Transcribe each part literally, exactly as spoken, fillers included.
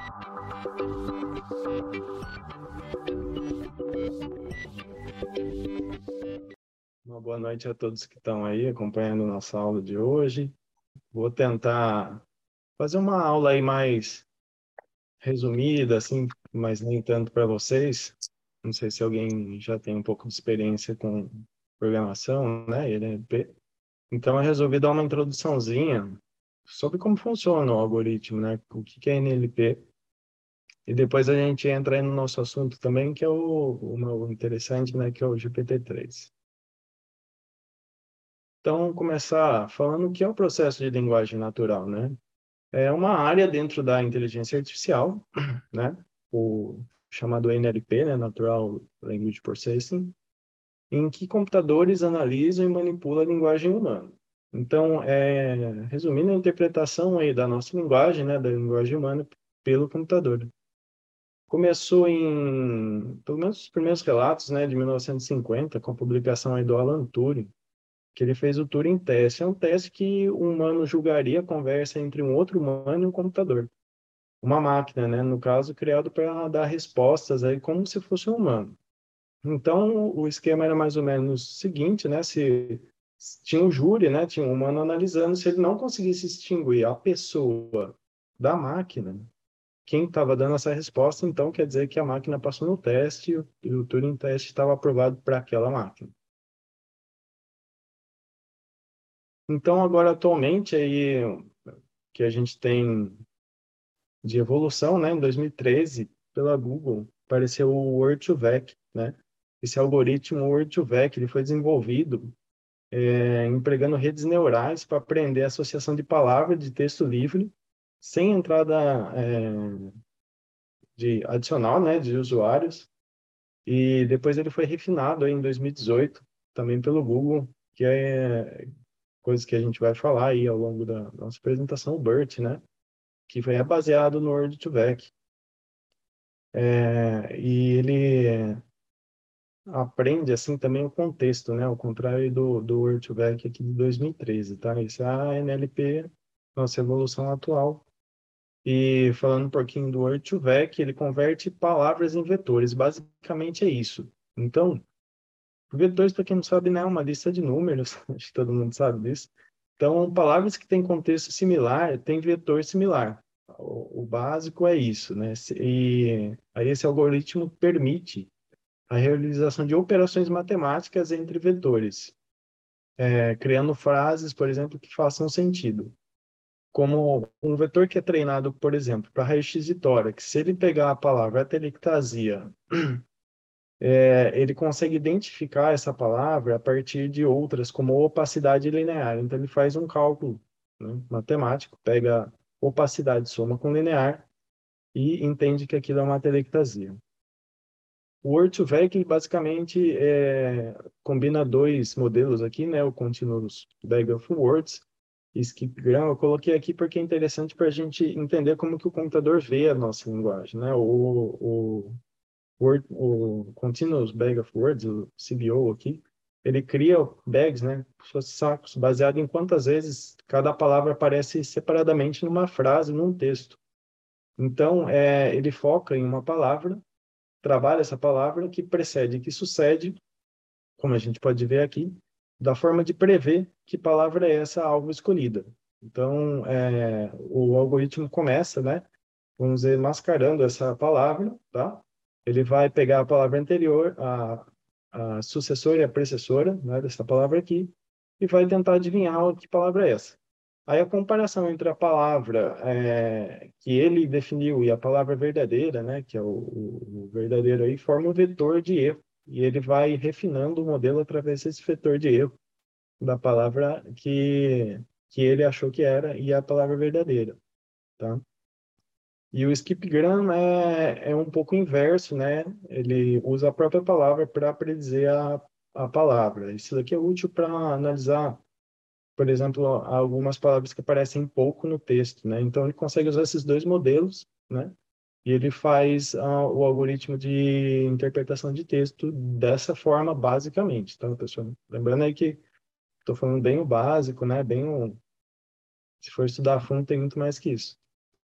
Uma boa noite a todos que estão aí acompanhando nossa aula de hoje. Vou tentar fazer uma aula aí mais resumida, assim, mas nem tanto para vocês. Não sei se alguém já tem um pouco de experiência com programação, né, e N L P. Então, eu resolvi dar uma introduçãozinha sobre como funciona o algoritmo, né, o que que é N L P. E depois a gente entra aí no nosso assunto também, que é o, o interessante, né, que é o G P T três. Então, vamos começar falando o que é o processo de linguagem natural, né? É uma área dentro da inteligência artificial, né? O chamado N L P, né? Natural Language Processing, em que computadores analisam e manipulam a linguagem humana. Então, é, resumindo a interpretação aí da nossa linguagem, né? Da linguagem humana pelo computador. Começou em, pelo menos os primeiros relatos, né? De mil novecentos e cinquenta, com a publicação aí do Alan Turing, que ele fez o Turing Test. É um teste que um humano julgaria a conversa entre um outro humano e um computador. Uma máquina, né? No caso, criado para dar respostas aí como se fosse um humano. Então, o esquema era mais ou menos o seguinte, né? Se, se tinha um júri, né? Tinha um humano analisando, se ele não conseguisse distinguir a pessoa da máquina, quem estava dando essa resposta, então quer dizer que a máquina passou no teste e o, e o Turing Test estava aprovado para aquela máquina. Então, agora, atualmente, aí, que a gente tem de evolução, né? Em dois mil e treze, pela Google, apareceu o word to vec, né? Esse algoritmo word to vec, ele foi desenvolvido é, empregando redes neurais para aprender a associação de palavras de texto livre, sem entrada é, de adicional, né? De usuários. E depois ele foi refinado aí em dois mil e dezoito, também pelo Google, que é coisa que a gente vai falar aí ao longo da nossa apresentação, o BERT, né? Que é baseado no word to vec. É, e ele aprende assim também o contexto, né? Ao contrário do, do word to vec aqui de dois mil e treze, tá? Isso é a N L P, nossa evolução atual. E falando um pouquinho do word to vec, ele converte palavras em vetores. Basicamente é isso. Então, vetores, para quem não sabe, né, é uma lista de números. Acho que todo mundo sabe disso. Então, palavras que têm contexto similar têm vetor similar. O, o básico é isso, né? E aí esse algoritmo permite a realização de operações matemáticas entre vetores, é, criando frases, por exemplo, que façam sentido. Como um vetor que é treinado, por exemplo, para raio-x de tórax, se ele pegar a palavra atelectasia, é, ele consegue identificar essa palavra a partir de outras, como opacidade linear. Então, ele faz um cálculo, né, matemático, pega opacidade, soma com linear e entende que aquilo é uma atelectasia. O word to vec basicamente é, combina dois modelos aqui, né? O Continuous Bag of Words e Skipgram. Eu coloquei aqui porque é interessante para a gente entender como que o computador vê a nossa linguagem, né? O, o, Word, o Continuous Bag of Words, o C B O aqui, ele cria bags, né? Como sacos, baseado em quantas vezes cada palavra aparece separadamente numa frase, num texto. Então, é, ele foca em uma palavra, trabalha essa palavra que precede, que sucede, como a gente pode ver aqui, da forma de prever que palavra é essa alvo escolhida. Então, é, o algoritmo começa, né, vamos dizer, mascarando essa palavra, tá? Ele vai pegar a palavra anterior, a, a sucessora e a precessora, né, dessa palavra aqui, e vai tentar adivinhar que palavra é essa. Aí a comparação entre a palavra é, que ele definiu e a palavra verdadeira, né, que é o, o, o verdadeiro aí, forma um vetor de erro. E ele vai refinando o modelo através desse vetor de erro da palavra que, que ele achou que era e a palavra verdadeira, tá? E o skipgram é, é um pouco inverso, né? Ele usa a própria palavra para predizer a, a palavra. Isso daqui é útil para analisar, por exemplo, algumas palavras que aparecem pouco no texto, né? Então, ele consegue usar esses dois modelos, né? E ele faz uh, o algoritmo de interpretação de texto dessa forma, basicamente, tá, pessoal? Lembrando aí que estou falando bem o básico, né? Bem o... Se for estudar a fundo, tem muito mais que isso.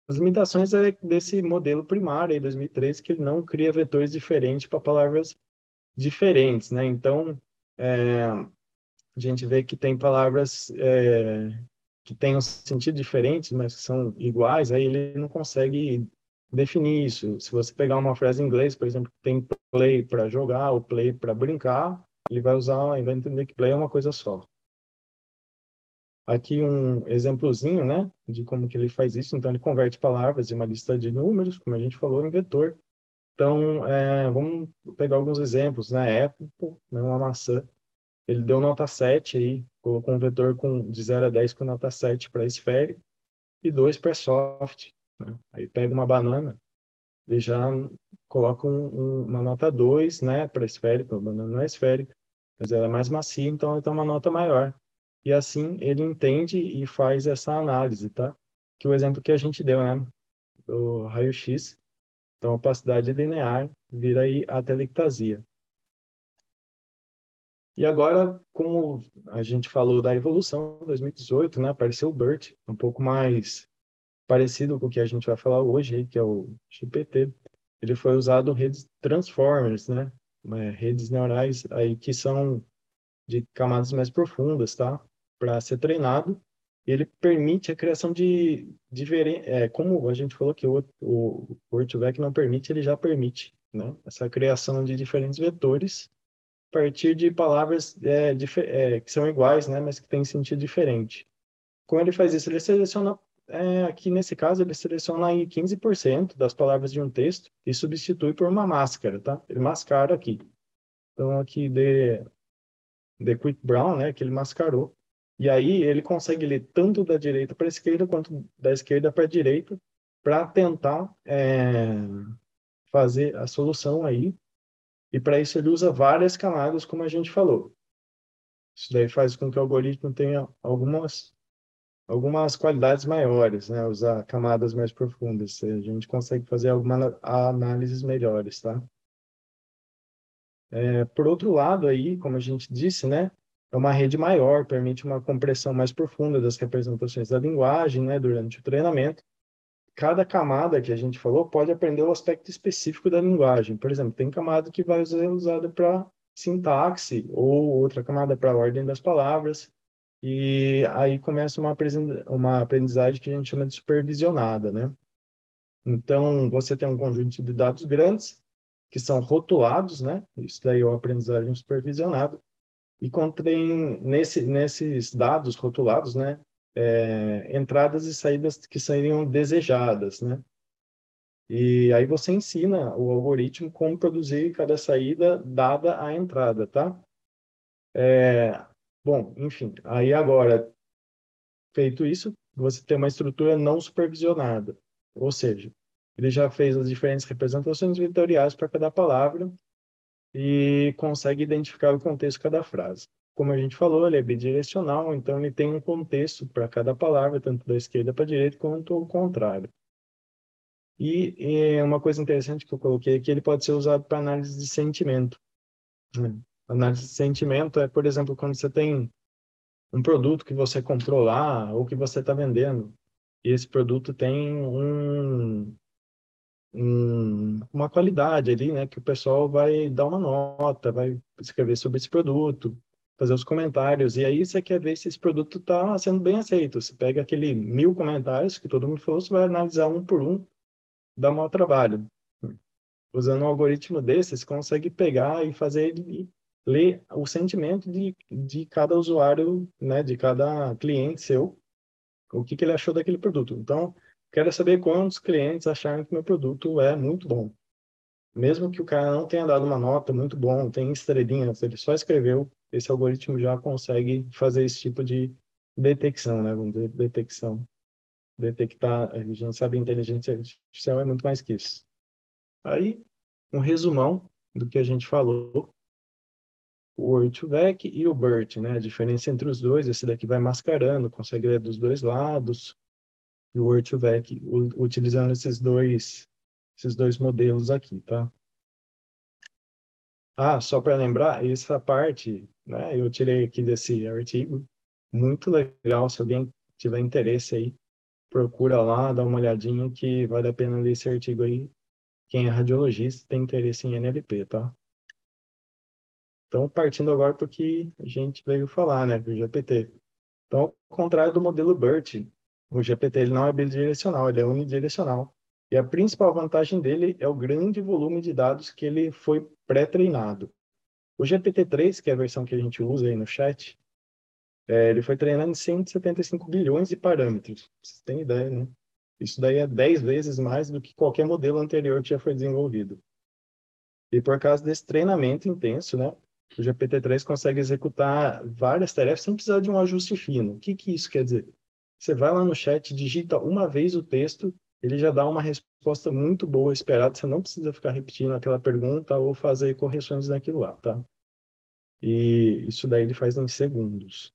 As limitações é desse modelo primário aí, dois mil e treze, que ele não cria vetores diferentes para palavras diferentes, né? Então, é, a gente vê que tem palavras é, que têm um sentido diferente, mas que são iguais, aí ele não consegue definir isso. Se você pegar uma frase em inglês, por exemplo, tem play para jogar ou play para brincar, ele vai usar, ele vai entender que play é uma coisa só. Aqui um exemplozinho, né, de como que ele faz isso. Então, ele converte palavras de uma lista de números, como a gente falou, em vetor. Então, é, vamos pegar alguns exemplos, né? Apple, né, uma maçã. Ele deu nota sete aí, colocou um vetor com, de zero a dez com nota sete para esférico e dois para soft, né? Aí pega uma banana, ele já coloca um, um, uma nota dois, né, para esférico. A banana não é esférica, mas ela é mais macia, então ela tem uma nota maior. E assim ele entende e faz essa análise, tá? Que o exemplo que a gente deu, né, do raio-x, então a opacidade linear vira aí a telectasia. E agora, como a gente falou da evolução, em dois mil e dezoito, né, apareceu o BERT, um pouco mais parecido com o que a gente vai falar hoje, que é o G P T. Ele foi usado em redes transformers, né, é, redes neurais aí que são de camadas mais profundas, tá, para ser treinado. Ele permite a criação de, de é, como a gente falou que o, o, o Ortweg não permite, ele já permite, né, essa criação de diferentes vetores a partir de palavras é, é, que são iguais, né, mas que têm sentido diferente. Como ele faz isso? Ele seleciona, é, aqui nesse caso, ele seleciona aí quinze por cento das palavras de um texto e substitui por uma máscara, tá? Ele mascara aqui. Então, aqui, The, The Quick Brown, né, que ele mascarou. E aí, ele consegue ler tanto da direita para a esquerda quanto da esquerda para a direita para tentar é, fazer a solução aí. E para isso, ele usa várias camadas, como a gente falou. Isso daí faz com que o algoritmo tenha algumas, algumas qualidades maiores, né? Usar camadas mais profundas. A gente consegue fazer algumas análises melhores, tá? É, por outro lado, aí, como a gente disse, né? É uma rede maior, permite uma compressão mais profunda das representações da linguagem, né? Durante o treinamento. Cada camada que a gente falou pode aprender o aspecto específico da linguagem. Por exemplo, tem camada que vai ser usada para sintaxe, ou outra camada para a ordem das palavras. E aí começa uma uma aprendizagem que a gente chama de supervisionada, né? Então, você tem um conjunto de dados grandes que são rotulados, né? Isso daí é uma aprendizagem supervisionada. E contém, nesse, nesses dados rotulados, né? É, entradas e saídas que seriam desejadas, né? E aí você ensina o algoritmo como produzir cada saída dada a entrada, tá? É, bom, enfim, aí agora feito isso, você tem uma estrutura não supervisionada. Ou seja, ele já fez as diferentes representações vetoriais para cada palavra e consegue identificar o contexto de cada frase. Como a gente falou, ele é bidirecional, então ele tem um contexto para cada palavra, tanto da esquerda para a direita quanto o contrário. E, e uma coisa interessante que eu coloquei aqui, ele pode ser usado para análise de sentimento, né? Análise de sentimento é, por exemplo, quando você tem um produto que você comprou lá ou que você está vendendo. E esse produto tem um, um, uma qualidade ali, né? Que o pessoal vai dar uma nota, vai escrever sobre esse produto, fazer os comentários. E aí você quer ver se esse produto está sendo bem aceito. Você pega aquele mil comentários que todo mundo falou, você vai analisar um por um, dá mau trabalho. Usando um algoritmo desse, você consegue pegar e fazer ele ler o sentimento de, de cada usuário, né? De cada cliente seu, o que, que ele achou daquele produto. Então, quero saber quantos clientes acharam que meu produto é muito bom. Mesmo que o cara não tenha dado uma nota muito bom, tem estrelinhas, ele só escreveu, esse algoritmo já consegue fazer esse tipo de detecção, né? Vamos dizer, detecção. Detectar, a gente sabe, a inteligência artificial é muito mais que isso. Aí, um resumão do que a gente falou, o Ortweg e o BERT, né? A diferença entre os dois, esse daqui vai mascarando, consegue ler dos dois lados, e o Ortweg utilizando esses dois, esses dois modelos aqui, tá? Ah, só para lembrar, essa parte, né, eu tirei aqui desse artigo, muito legal, se alguém tiver interesse aí, procura lá, dá uma olhadinha que vale a pena ler esse artigo aí. Quem é radiologista tem interesse em N L P, tá? Então, partindo agora para o que a gente veio falar, né, do G P T. Então, ao contrário do modelo BERT, o G P T ele não é bidirecional, ele é unidirecional. E a principal vantagem dele é o grande volume de dados que ele foi pré-treinado. O G P T três, que é a versão que a gente usa aí no chat, é, ele foi treinado em cento e setenta e cinco bilhões de parâmetros. Vocês têm ideia, né? Isso daí é dez vezes mais do que qualquer modelo anterior que já foi desenvolvido. E por causa desse treinamento intenso, né, o G P T três consegue executar várias tarefas sem precisar de um ajuste fino. O que que isso quer dizer? Você vai lá no chat, digita uma vez o texto, ele já dá uma resposta muito boa, esperada. Você não precisa ficar repetindo aquela pergunta ou fazer correções naquilo lá, tá? E isso daí ele faz em segundos.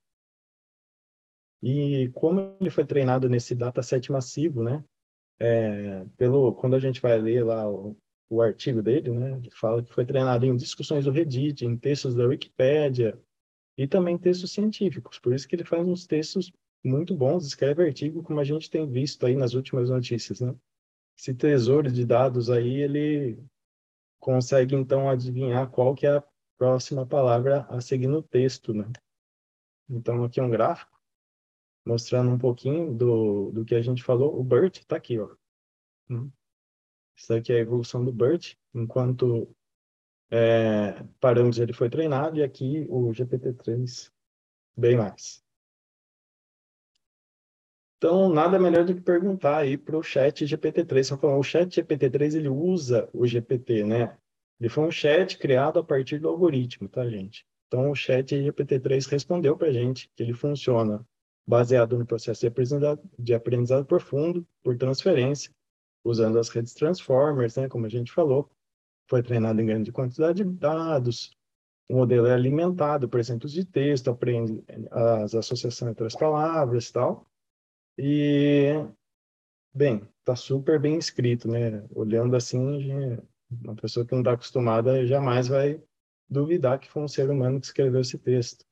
E como ele foi treinado nesse dataset massivo, né? É, pelo, quando a gente vai ler lá o, o artigo dele, né? Ele fala que foi treinado em discussões do Reddit, em textos da Wikipédia e também textos científicos. Por isso que ele faz uns textos muito bons, escreve artigo como a gente tem visto aí nas últimas notícias, né? Esse tesouro de dados aí, ele consegue então adivinhar qual que é a próxima palavra a seguir no texto, né? Então aqui é um gráfico mostrando um pouquinho do, do que a gente falou. O BERT está aqui, ó. Hum. Isso aqui é a evolução do BERT, enquanto é, parâmetros ele foi treinado, e aqui o G P T três bem mais. Então, nada melhor do que perguntar aí para o chat G P T três. Só falando, o chat G P T três, ele usa o G P T, né? Ele foi um chat criado a partir do algoritmo, tá, gente? Então, o chat G P T três respondeu para a gente que ele funciona baseado no processo de aprendizado, de aprendizado profundo, por transferência, usando as redes transformers, né? Como a gente falou, foi treinado em grande quantidade de dados. O modelo é alimentado por exemplos de texto, aprende as associações entre as palavras e tal. E, bem, tá super bem escrito, né? Olhando assim, já- uma pessoa que não está acostumada jamais vai duvidar que foi um ser humano que escreveu esse texto.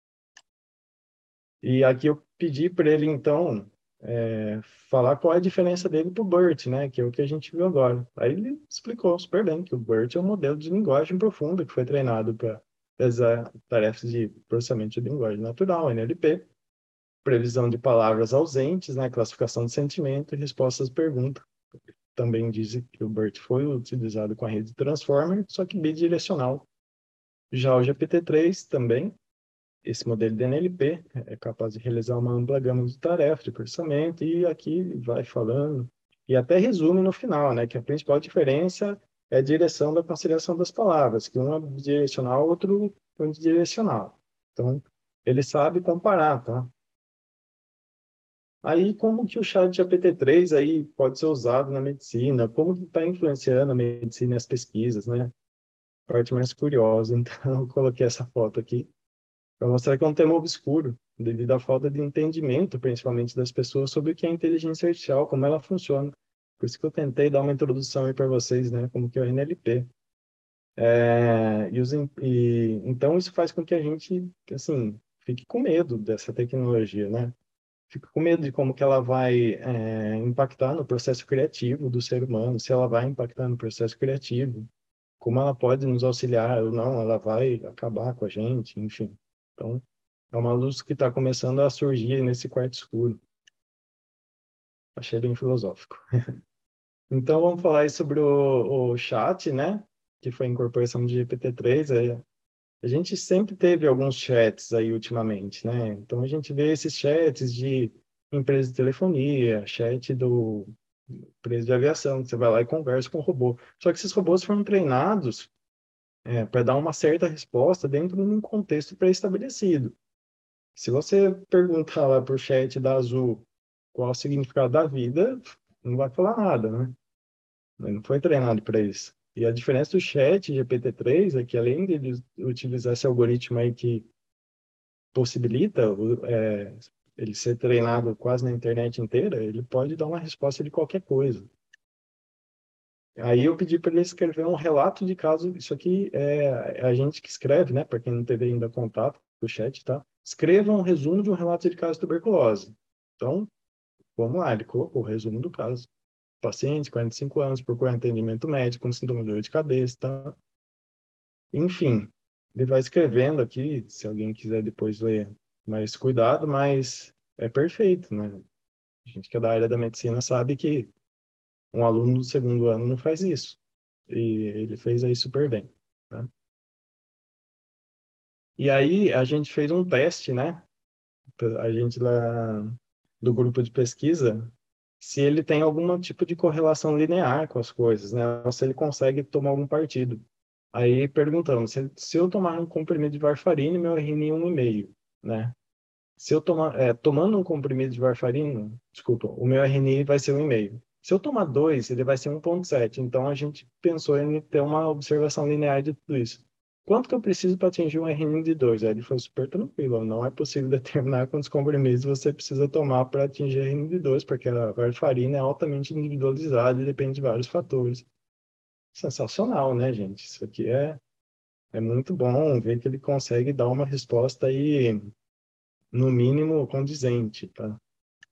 E aqui eu pedi para ele, então, é, falar qual é a diferença dele para o BERT, né? Que é o que a gente viu agora. Aí ele explicou super bem que o BERT é um modelo de linguagem profunda que foi treinado para realizar tarefas de processamento de linguagem natural, N L P, previsão de palavras ausentes, né, classificação de sentimento e respostas às perguntas. Também dizem que o BERT foi utilizado com a rede Transformer, só que bidirecional. Já o G P T três também, esse modelo de N L P é capaz de realizar uma ampla gama de tarefas de processamento, e aqui vai falando, e até resume no final, né, que a principal diferença é a direção da conciliação das palavras, que um é bidirecional, outro é unidirecional. Então, ele sabe comparar, tá? Aí, como que o chat G P T três aí pode ser usado na medicina? Como que está influenciando a medicina e as pesquisas, né? Parte mais curiosa. Então, eu coloquei essa foto aqui para mostrar que é um tema obscuro, devido à falta de entendimento, principalmente das pessoas, sobre o que é inteligência artificial, como ela funciona. Por isso que eu tentei dar uma introdução aí para vocês, né? Como que é o N L P. É, e, os, e, então, isso faz com que a gente, assim, fique com medo dessa tecnologia, né? Fico com medo de como que ela vai é, impactar no processo criativo do ser humano, se ela vai impactar no processo criativo, como ela pode nos auxiliar ou não, ela vai acabar com a gente, enfim. Então, é uma luz que está começando a surgir nesse quarto escuro. Achei bem filosófico. Então, vamos falar aí sobre o, o chat, né? Que foi a incorporação de G P T três. É, a gente sempre teve alguns chats aí ultimamente, né? Então a gente vê esses chats de empresa de telefonia, chat do empresa de aviação, que você vai lá e conversa com o robô. Só que esses robôs foram treinados é, para dar uma certa resposta dentro de um contexto pré-estabelecido. Se você perguntar lá para o chat da Azul qual é o significado da vida, não vai falar nada, né? Ele não foi treinado para isso. E a diferença do chat G P T três é que, além de utilizar esse algoritmo aí que possibilita o- é, ele ser treinado quase na internet inteira, ele pode dar uma resposta de qualquer coisa. Aí eu pedi para ele escrever um relato de caso. Isso aqui é é a gente que escreve, né? Para quem não teve ainda contato com o chat, tá? Escreva um resumo de um relato de caso de tuberculose. Então, Vamos lá, ele colocou o resumo do caso. Paciente, quarenta e cinco anos, procura atendimento médico, com sintoma de dor de cabeça, tá? Enfim, ele vai escrevendo aqui, se alguém quiser depois ler mais cuidado, mas é perfeito, né? A gente que é da área da medicina sabe que um aluno do segundo ano não faz isso. E ele fez aí super bem, né? E aí a gente fez um teste, né? A gente lá do grupo de pesquisa, se ele tem algum tipo de correlação linear com as coisas, né? Ou se ele consegue tomar algum partido. Aí perguntamos, se, se eu tomar um comprimido de varfarina, meu R N I é um e meio, né? Se eu tomar, é, tomando um comprimido de varfarina, desculpa, o meu R N I vai ser um e meio. Se eu tomar dois, ele vai ser um vírgula sete. Então a gente pensou em ter uma observação linear de tudo isso. Quanto que eu preciso para atingir um R N I de dois? Aí ele foi super tranquilo. Não é possível determinar quantos comprimidos você precisa tomar para atingir R N I de dois, porque a varfarina é altamente individualizada e depende de vários fatores. Sensacional, né, gente? Isso aqui é, é muito bom ver que ele consegue dar uma resposta aí, no mínimo, condizente, tá?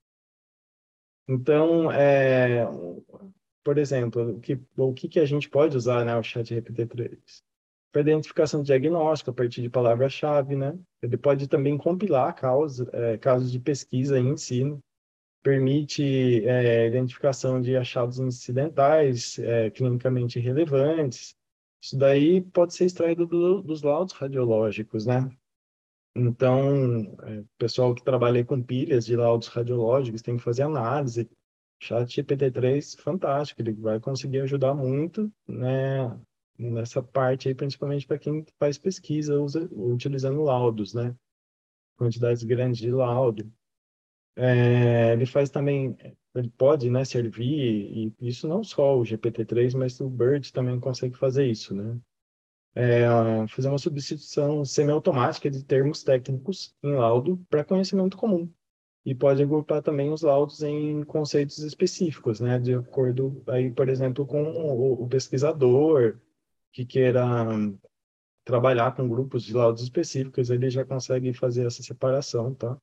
Então, é, por exemplo, o que, o que que a gente pode usar, né, o chat G P T três? Para identificação de diagnóstico a partir de palavra-chave, né? Ele pode também compilar causas, é, casos de pesquisa em ensino, permite é, identificação de achados incidentais, é, clinicamente relevantes. Isso daí pode ser extraído do, dos laudos radiológicos, né? Então, é, o pessoal que trabalha com pilhas de laudos radiológicos tem que fazer análise. Chat G P T três, fantástico, ele vai conseguir ajudar muito, né, nessa parte aí, principalmente para quem faz pesquisa usa, utilizando laudos, né? Quantidades grandes de laudo. É, ele faz também, ele pode, né, servir, e isso não só o G P T três, mas o BERT também consegue fazer isso, né? É, fazer uma substituição semiautomática de termos técnicos em laudo para conhecimento comum. E pode agrupar também os laudos em conceitos específicos, né? De acordo, aí, por exemplo, com o, o pesquisador que queira trabalhar com grupos de laudos específicos, ele já consegue fazer essa separação, tá?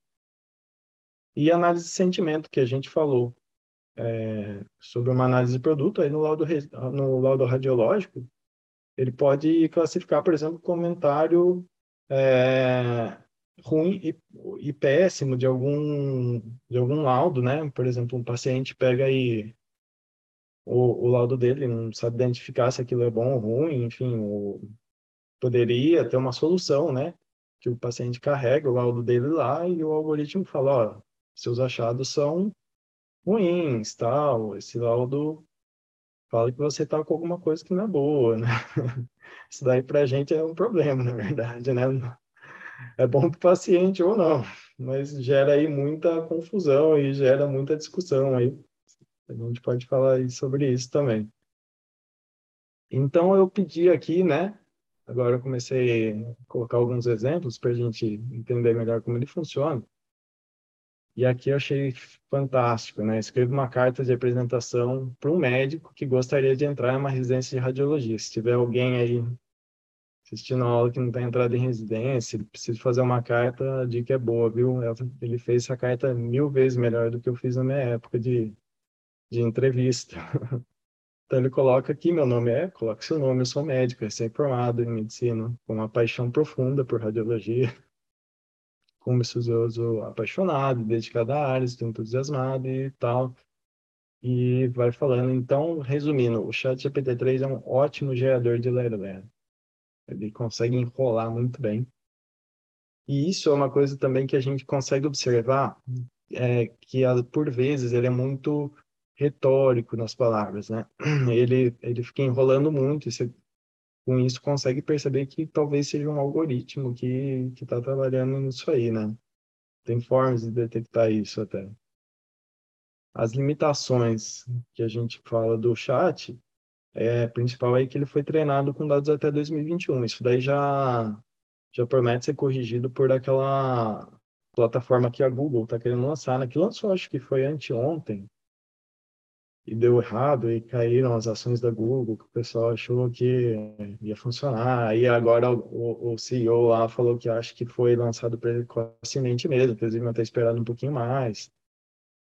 E análise de sentimento, que a gente falou, é, sobre uma análise de produto, aí no laudo, re- no laudo radiológico, ele pode classificar, por exemplo, comentário é, ruim e, e péssimo de algum, de algum laudo, né? Por exemplo, um paciente pega aí o, o laudo dele, não sabe identificar se aquilo é bom ou ruim, enfim, o, poderia ter uma solução, né? Que o paciente carrega o laudo dele lá e o algoritmo fala, ó, seus achados são ruins, tal, esse laudo fala que você está com alguma coisa que não é boa, né? Isso daí para a gente é um problema, na verdade, né? É bom para o paciente ou não, mas gera aí muita confusão e gera muita discussão aí. A gente pode falar aí sobre isso também. Então eu pedi aqui, né? Agora eu comecei a colocar alguns exemplos para a gente entender melhor como ele funciona. E aqui eu achei fantástico, né? Escreva uma carta de apresentação para um médico que gostaria de entrar em uma residência de radiologia. Se tiver alguém aí assistindo a aula que não está entrado em residência, ele precisa fazer uma carta, a dica é boa, viu? Ele fez essa carta mil vezes melhor do que eu fiz na minha época de, de entrevista. Então ele coloca aqui, meu nome é, coloca seu nome, eu sou médico, recém-formado em medicina, com uma paixão profunda por radiologia, como estudioso apaixonado, dedicado à área, estou entusiasmado e tal. E vai falando. Então, resumindo, o chat G P T três é um ótimo gerador de lero-lero. Ele consegue enrolar muito bem. E isso é uma coisa também que a gente consegue observar, é, que ah, por vezes ele é muito retórico nas palavras, né? Ele, ele fica enrolando muito, e você, com isso consegue perceber que talvez seja um algoritmo que que está trabalhando nisso aí, né? Tem formas de detectar isso até. As limitações que a gente fala do chat, é principal aí que ele foi treinado com dados até dois mil e vinte e um. Isso daí já já promete ser corrigido por aquela plataforma que a Google está querendo lançar, né? Que lançou, acho que foi anteontem, e deu errado, e caíram as ações da Google, que o pessoal achou que ia funcionar. Aí agora o, o C E O lá falou que acha que foi lançado precocemente mesmo, inclusive até esperado um pouquinho mais.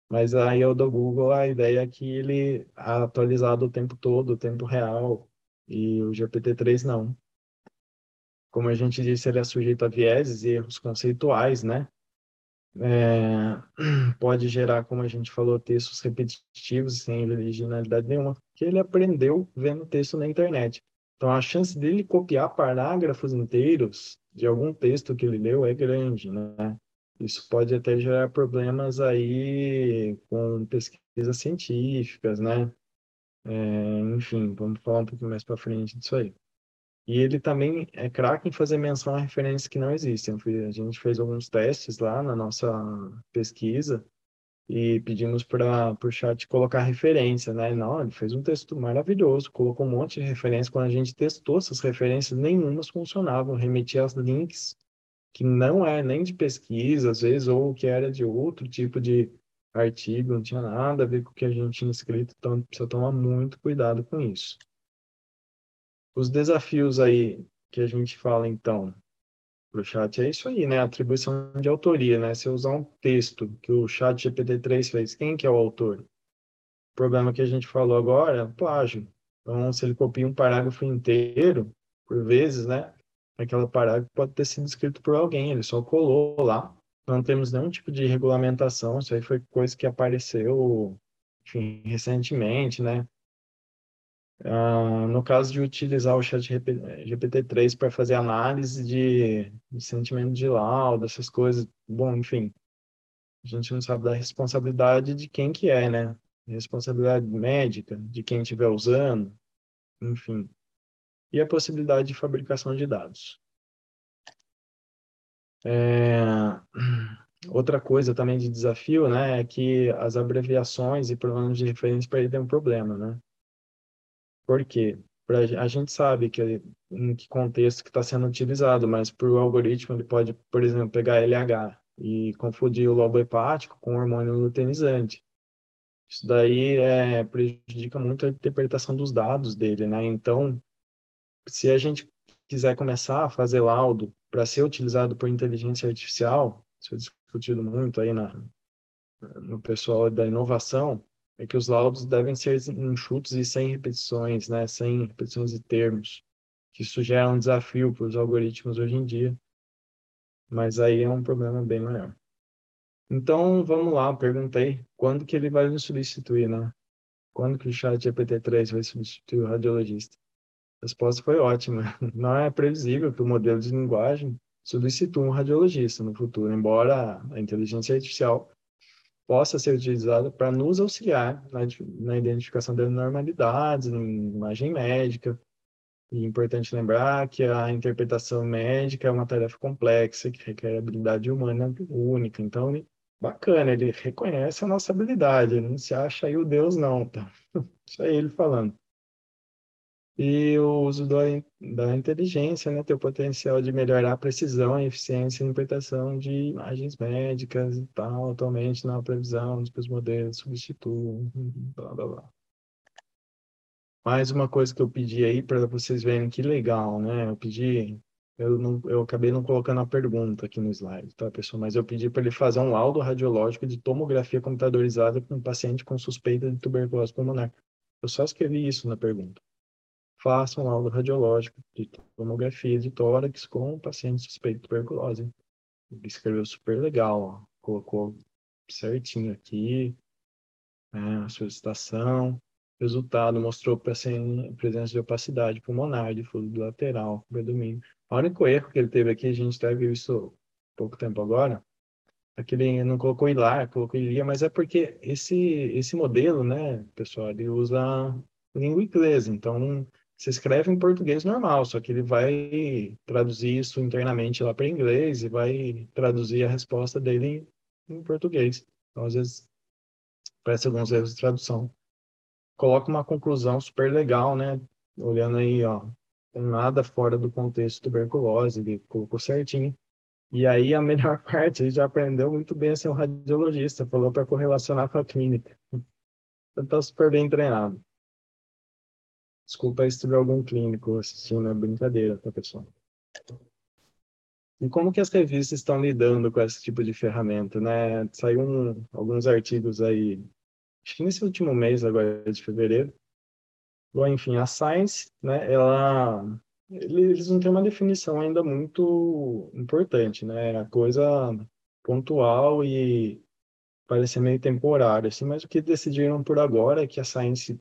Mas aí o do Google, a ideia é que ele é atualizado o tempo todo, o tempo real, e o G P T três não. Como a gente disse, ele é sujeito a vieses e erros conceituais, né? É, pode gerar, como a gente falou, textos repetitivos sem originalidade nenhuma, que ele aprendeu vendo texto na internet. Então, a chance dele copiar parágrafos inteiros de algum texto que ele leu é grande, né? Isso pode até gerar problemas aí com pesquisas científicas, né? É, enfim, vamos falar um pouquinho mais para frente disso aí. E ele também é craque em fazer menção a referências que não existem. A gente fez alguns testes lá na nossa pesquisa e pedimos para o chat colocar referência, né? Não, ele fez um texto maravilhoso, colocou um monte de referências. Quando a gente testou essas referências, nenhumas funcionavam, remetia aos links que não é nem de pesquisa, às vezes, ou que era de outro tipo de artigo, não tinha nada a ver com o que a gente tinha escrito, então precisa tomar muito cuidado com isso. Os desafios aí que a gente fala, então, para o chat é isso aí, né? Atribuição de autoria, né? Se eu usar um texto que o chat G P T três fez, quem que é o autor? O problema que a gente falou agora é plágio. Então, se ele copia um parágrafo inteiro, por vezes, né? Aquele parágrafo pode ter sido escrito por alguém, ele só colou lá. Não temos nenhum tipo de regulamentação, isso aí foi coisa que apareceu, enfim, recentemente, né? Ah, no caso de utilizar o chat G P T três para fazer análise de, de sentimento de laudo, essas coisas, bom, enfim, a gente não sabe da responsabilidade de quem que é, né? Responsabilidade médica, de quem estiver usando, enfim. E a possibilidade de fabricação de dados. É... Outra coisa também de desafio, né, é que as abreviações e problemas de referência para ele tem um problema, né? Por quê? Pra, a gente sabe que em que contexto que está sendo utilizado, mas para o algoritmo ele pode, por exemplo, pegar L H e confundir o lobo hepático com o hormônio luteinizante. Isso daí é, prejudica muito a interpretação dos dados dele, né? Então, se a gente quiser começar a fazer laudo para ser utilizado por inteligência artificial, isso é discutido muito aí na, no pessoal da inovação, é que os laudos devem ser enxutos e sem repetições, né? Sem repetições de termos, que isso gera um desafio para os algoritmos hoje em dia, mas aí é um problema bem maior. Então, vamos lá, perguntei, quando que ele vai nos substituir, né? Quando que o chat G P T três vai substituir o radiologista? A resposta foi ótima. Não é previsível que o modelo de linguagem substitua um radiologista no futuro, embora a inteligência artificial possa ser utilizada para nos auxiliar na, na identificação de anormalidades em imagem médica. E é importante lembrar que a interpretação médica é uma tarefa complexa que requer habilidade humana única. Então, ele, bacana, ele reconhece a nossa habilidade, ele não se acha aí o Deus, não, tá? Isso é ele falando. E o uso da, da inteligência, né, tem o potencial de melhorar a precisão e eficiência na interpretação de imagens médicas e tal, atualmente na previsão dos que os modelos substituem, blá, blá, blá. Mais uma coisa que eu pedi aí para vocês verem que legal, né? Eu pedi, eu, não, eu acabei não colocando a pergunta aqui no slide, tá, pessoal? Mas eu pedi para ele fazer um laudo radiológico de tomografia computadorizada com um paciente com suspeita de tuberculose pulmonar. Eu só escrevi isso na pergunta. Faça um laudo radiológico de tomografia de tórax com o paciente suspeito de tuberculose. Ele escreveu super legal, ó. Colocou certinho aqui, né, a solicitação. Resultado mostrou paciente, presença de opacidade pulmonar, de fluido lateral, predomínio. O único erro que ele teve aqui, a gente até viu isso há pouco tempo agora, é que ele não colocou hilar, colocou ilia, mas é porque esse, esse modelo, né, pessoal, ele usa língua inglesa, então você escreve em português normal, só que ele vai traduzir isso internamente lá para inglês e vai traduzir a resposta dele em, em português. Então, às vezes, parece alguns erros de tradução. Coloca uma conclusão super legal, né? Olhando aí, ó, tem nada fora do contexto tuberculose, ele colocou certinho. E aí a melhor parte, ele já aprendeu muito bem a ser um radiologista, falou para correlacionar com a clínica. Então tá super bem treinado. Desculpa aí se tiver algum clínico assistindo, é brincadeira, tá, pessoal? E como que as revistas estão lidando com esse tipo de ferramenta, né? Saiu um, alguns artigos aí, acho que nesse último mês, agora de fevereiro. Bom, enfim, a Science, né, ela, eles não têm uma definição ainda muito importante, né? A coisa pontual e parece meio temporária, assim, mas o que decidiram por agora é que a Science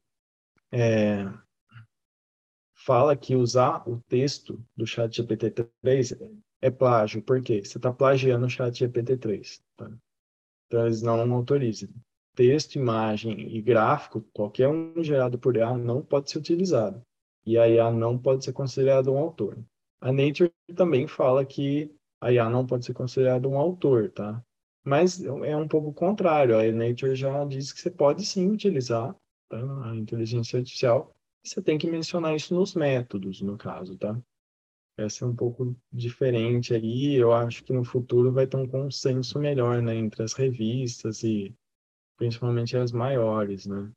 fala que usar o texto do chat G P T três é plágio. Por quê? Você está plagiando o chat G P T três, tá? Então, eles não autorizam. Texto, imagem e gráfico, qualquer um gerado por I A não pode ser utilizado. E a I A não pode ser considerada um autor. A Nature também fala que a I A não pode ser considerada um autor, tá? Mas é um pouco contrário. A Nature já diz que você pode sim utilizar, tá? A inteligência artificial. Você tem que mencionar isso nos métodos, no caso, tá? Essa é um pouco diferente aí. Eu acho que no futuro vai ter um consenso melhor, né, entre as revistas e principalmente as maiores, né?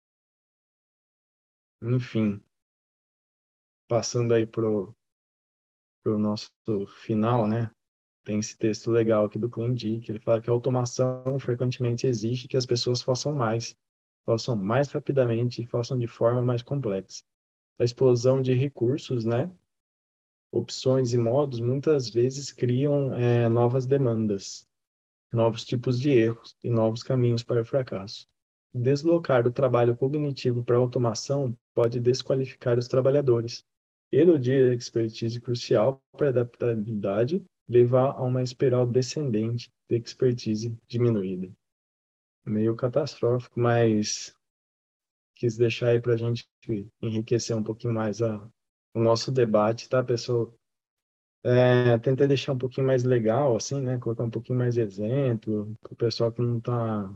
Enfim, passando aí pro, pro nosso final, né? Tem esse texto legal aqui do Clean que ele fala que a automação frequentemente exige que as pessoas façam mais, façam mais rapidamente e façam de forma mais complexa. A explosão de recursos, né? Opções e modos muitas vezes criam é, novas demandas, novos tipos de erros e novos caminhos para o fracasso. Deslocar o trabalho cognitivo para a automação pode desqualificar os trabalhadores, eludir a expertise crucial para a adaptabilidade, levar a uma espiral descendente de expertise diminuída. Meio catastrófico, mas quis deixar aí para a gente enriquecer um pouquinho mais a, o nosso debate, tá, pessoal? É, tentei deixar um pouquinho mais legal, assim, né? Colocar um pouquinho mais de exemplo, para o pessoal que não está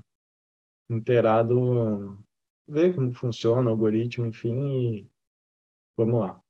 inteirado ver como funciona o algoritmo, enfim, e vamos lá.